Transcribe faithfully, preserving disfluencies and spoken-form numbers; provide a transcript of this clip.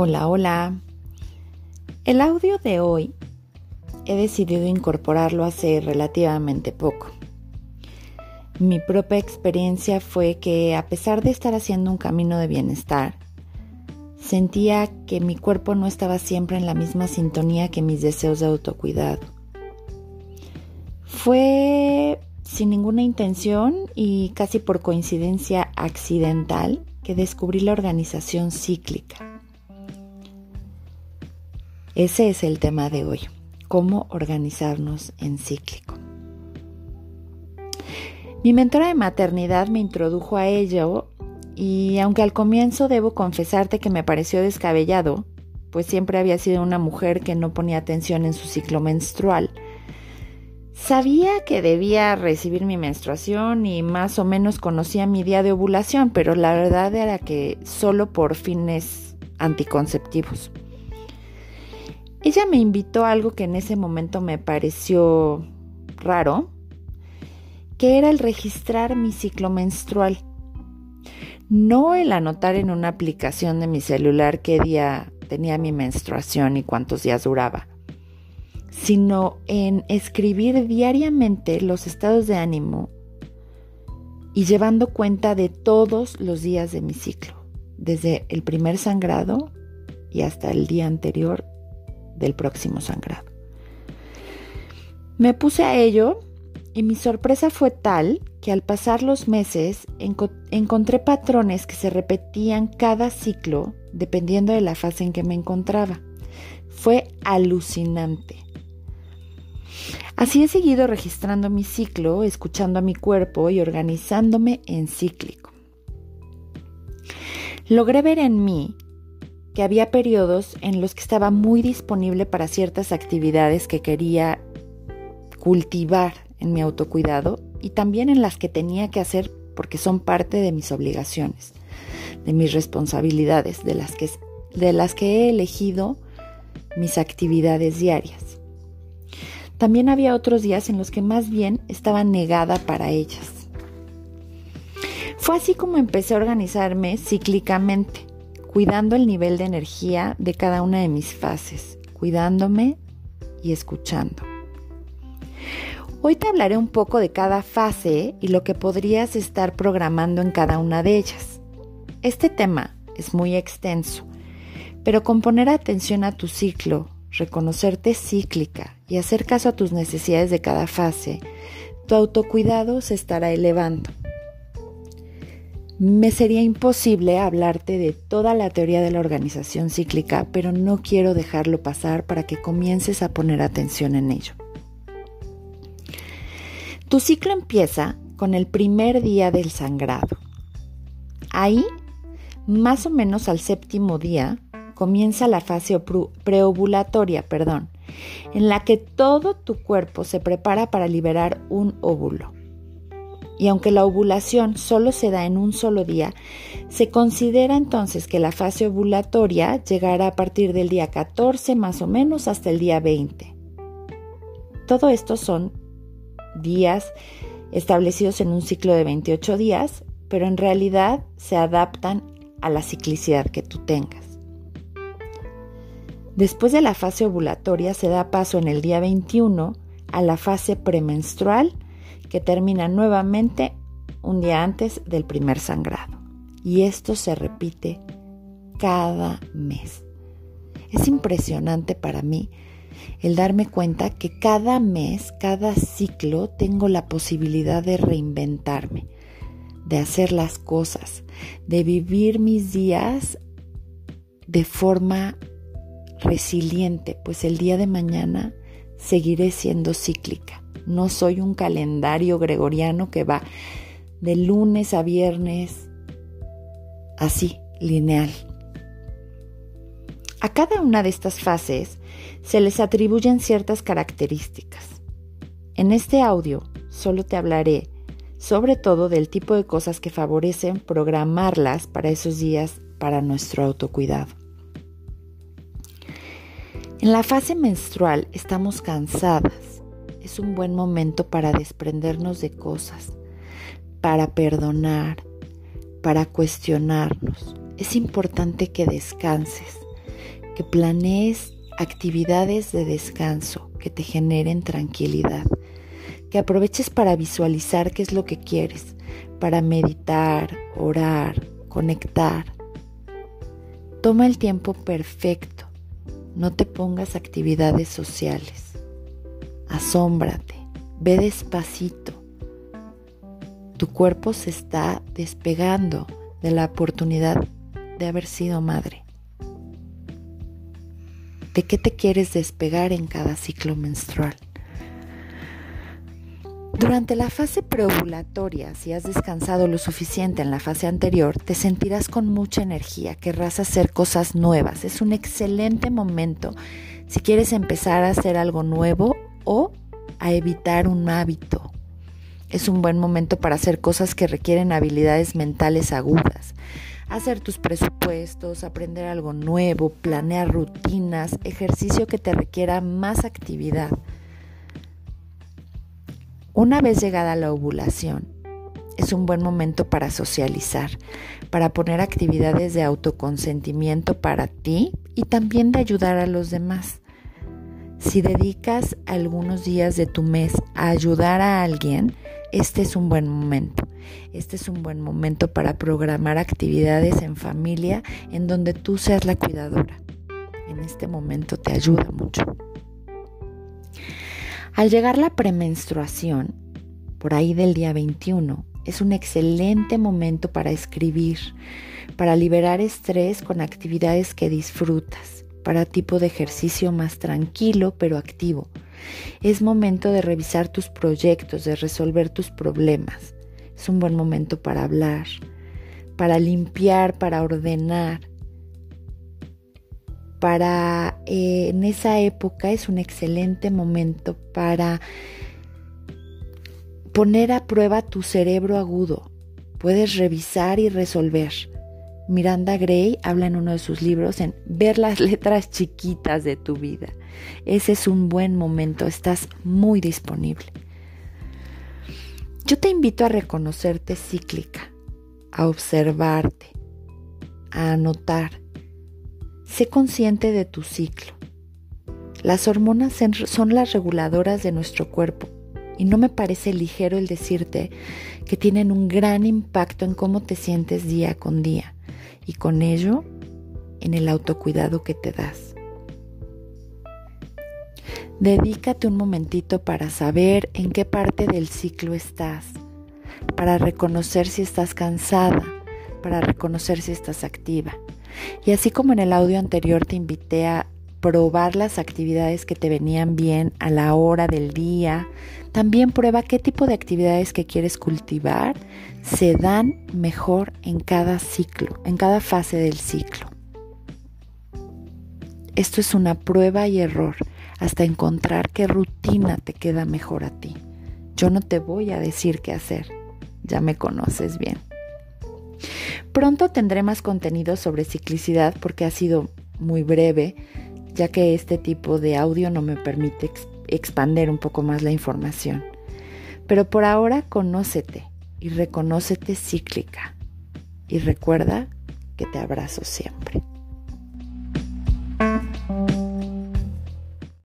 Hola, hola. El audio de hoy he decidido incorporarlo hace relativamente poco. Mi propia experiencia fue que, a pesar de estar haciendo un camino de bienestar, sentía que mi cuerpo no estaba siempre en la misma sintonía que mis deseos de autocuidado. Fue sin ninguna intención y casi por coincidencia accidental que descubrí la organización cíclica. Ese es el tema de hoy, cómo organizarnos en cíclico. Mi mentora de maternidad me introdujo a ello y aunque al comienzo debo confesarte que me pareció descabellado, pues siempre había sido una mujer que no ponía atención en su ciclo menstrual, sabía que debía recibir mi menstruación y más o menos conocía mi día de ovulación, pero la verdad era que solo por fines anticonceptivos. Ella me invitó a algo que en ese momento me pareció raro, que era el registrar mi ciclo menstrual. No el anotar en una aplicación de mi celular qué día tenía mi menstruación y cuántos días duraba, sino en escribir diariamente los estados de ánimo y llevando cuenta de todos los días de mi ciclo, desde el primer sangrado y hasta el día anterior del próximo sangrado. Me puse a ello y mi sorpresa fue tal que al pasar los meses enco- encontré patrones que se repetían cada ciclo dependiendo de la fase en que me encontraba. Fue alucinante. Así he seguido registrando mi ciclo, escuchando a mi cuerpo y organizándome en cíclico. Logré ver en mí que había periodos en los que estaba muy disponible para ciertas actividades que quería cultivar en mi autocuidado y también en las que tenía que hacer porque son parte de mis obligaciones, de mis responsabilidades, de las que, de las que he elegido mis actividades diarias. También había otros días en los que más bien estaba negada para ellas. Fue así como empecé a organizarme cíclicamente, cuidando el nivel de energía de cada una de mis fases, cuidándome y escuchando. Hoy te hablaré un poco de cada fase y lo que podrías estar programando en cada una de ellas. Este tema es muy extenso, pero con poner atención a tu ciclo, reconocerte cíclica y hacer caso a tus necesidades de cada fase, tu autocuidado se estará elevando. Me sería imposible hablarte de toda la teoría de la organización cíclica, pero no quiero dejarlo pasar para que comiences a poner atención en ello. Tu ciclo empieza con el primer día del sangrado. Ahí, más o menos al séptimo día, comienza la fase preovulatoria, perdón, en la que todo tu cuerpo se prepara para liberar un óvulo. Y aunque la ovulación solo se da en un solo día, se considera entonces que la fase ovulatoria llegará a partir del día catorce más o menos hasta el día veinte. Todo esto son días establecidos en un ciclo de veintiocho días, pero en realidad se adaptan a la ciclicidad que tú tengas. Después de la fase ovulatoria se da paso en el día veintiuno a la fase premenstrual, que termina nuevamente un día antes del primer sangrado. Y esto se repite cada mes. Es impresionante para mí el darme cuenta que cada mes, cada ciclo, tengo la posibilidad de reinventarme, de hacer las cosas, de vivir mis días de forma resiliente, pues el día de mañana seguiré siendo cíclica. No soy un calendario gregoriano que va de lunes a viernes, así, lineal. A cada una de estas fases se les atribuyen ciertas características. En este audio solo te hablaré sobre todo del tipo de cosas que favorecen programarlas para esos días para nuestro autocuidado. En la fase menstrual estamos cansadas. Es un buen momento para desprendernos de cosas, para perdonar, para cuestionarnos. Es importante que descanses, que planees actividades de descanso que te generen tranquilidad, que aproveches para visualizar qué es lo que quieres, para meditar, orar, conectar. Toma el tiempo perfecto, no te pongas actividades sociales, asómbrate, ve despacito. Tu cuerpo se está despegando de la oportunidad de haber sido madre. ¿De qué te quieres despegar en cada ciclo menstrual? Durante la fase preovulatoria, si has descansado lo suficiente en la fase anterior, te sentirás con mucha energía, querrás hacer cosas nuevas. Es un excelente momento si quieres empezar a hacer algo nuevo o a evitar un hábito. Es un buen momento para hacer cosas que requieren habilidades mentales agudas. Hacer tus presupuestos, aprender algo nuevo, planear rutinas, ejercicio que te requiera más actividad. Una vez llegada la ovulación, es un buen momento para socializar, para poner actividades de autoconsentimiento para ti y también de ayudar a los demás. Si dedicas algunos días de tu mes a ayudar a alguien, este es un buen momento. Este es un buen momento para programar actividades en familia en donde tú seas la cuidadora. En este momento te ayuda mucho. Al llegar la premenstruación, por ahí del día veintiuno, es un excelente momento para escribir, para liberar estrés con actividades que disfrutas, para tipo de ejercicio más tranquilo pero activo. Es momento de revisar tus proyectos, de resolver tus problemas. Es un buen momento para hablar, para limpiar, para ordenar. Para, eh, en esa época es un excelente momento para poner a prueba tu cerebro agudo. Puedes revisar y resolver. Miranda Gray habla en uno de sus libros en ver las letras chiquitas de tu vida. Ese es un buen momento, estás muy disponible. Yo te invito a reconocerte cíclica, a observarte, a anotar. Sé consciente de tu ciclo. Las hormonas son las reguladoras de nuestro cuerpo y no me parece ligero el decirte que tienen un gran impacto en cómo te sientes día con día y con ello en el autocuidado que te das. Dedícate un momentito para saber en qué parte del ciclo estás, para reconocer si estás cansada, para reconocer si estás activa. Y así como en el audio anterior te invité a probar las actividades que te venían bien a la hora del día, también prueba qué tipo de actividades que quieres cultivar se dan mejor en cada ciclo, en cada fase del ciclo. Esto es una prueba y error hasta encontrar qué rutina te queda mejor a ti. Yo no te voy a decir qué hacer, ya me conoces bien. Pronto tendré más contenido sobre ciclicidad porque ha sido muy breve, ya que este tipo de audio no me permite ex- expandir un poco más la información. Pero por ahora conócete y reconócete cíclica. Y recuerda que te abrazo siempre.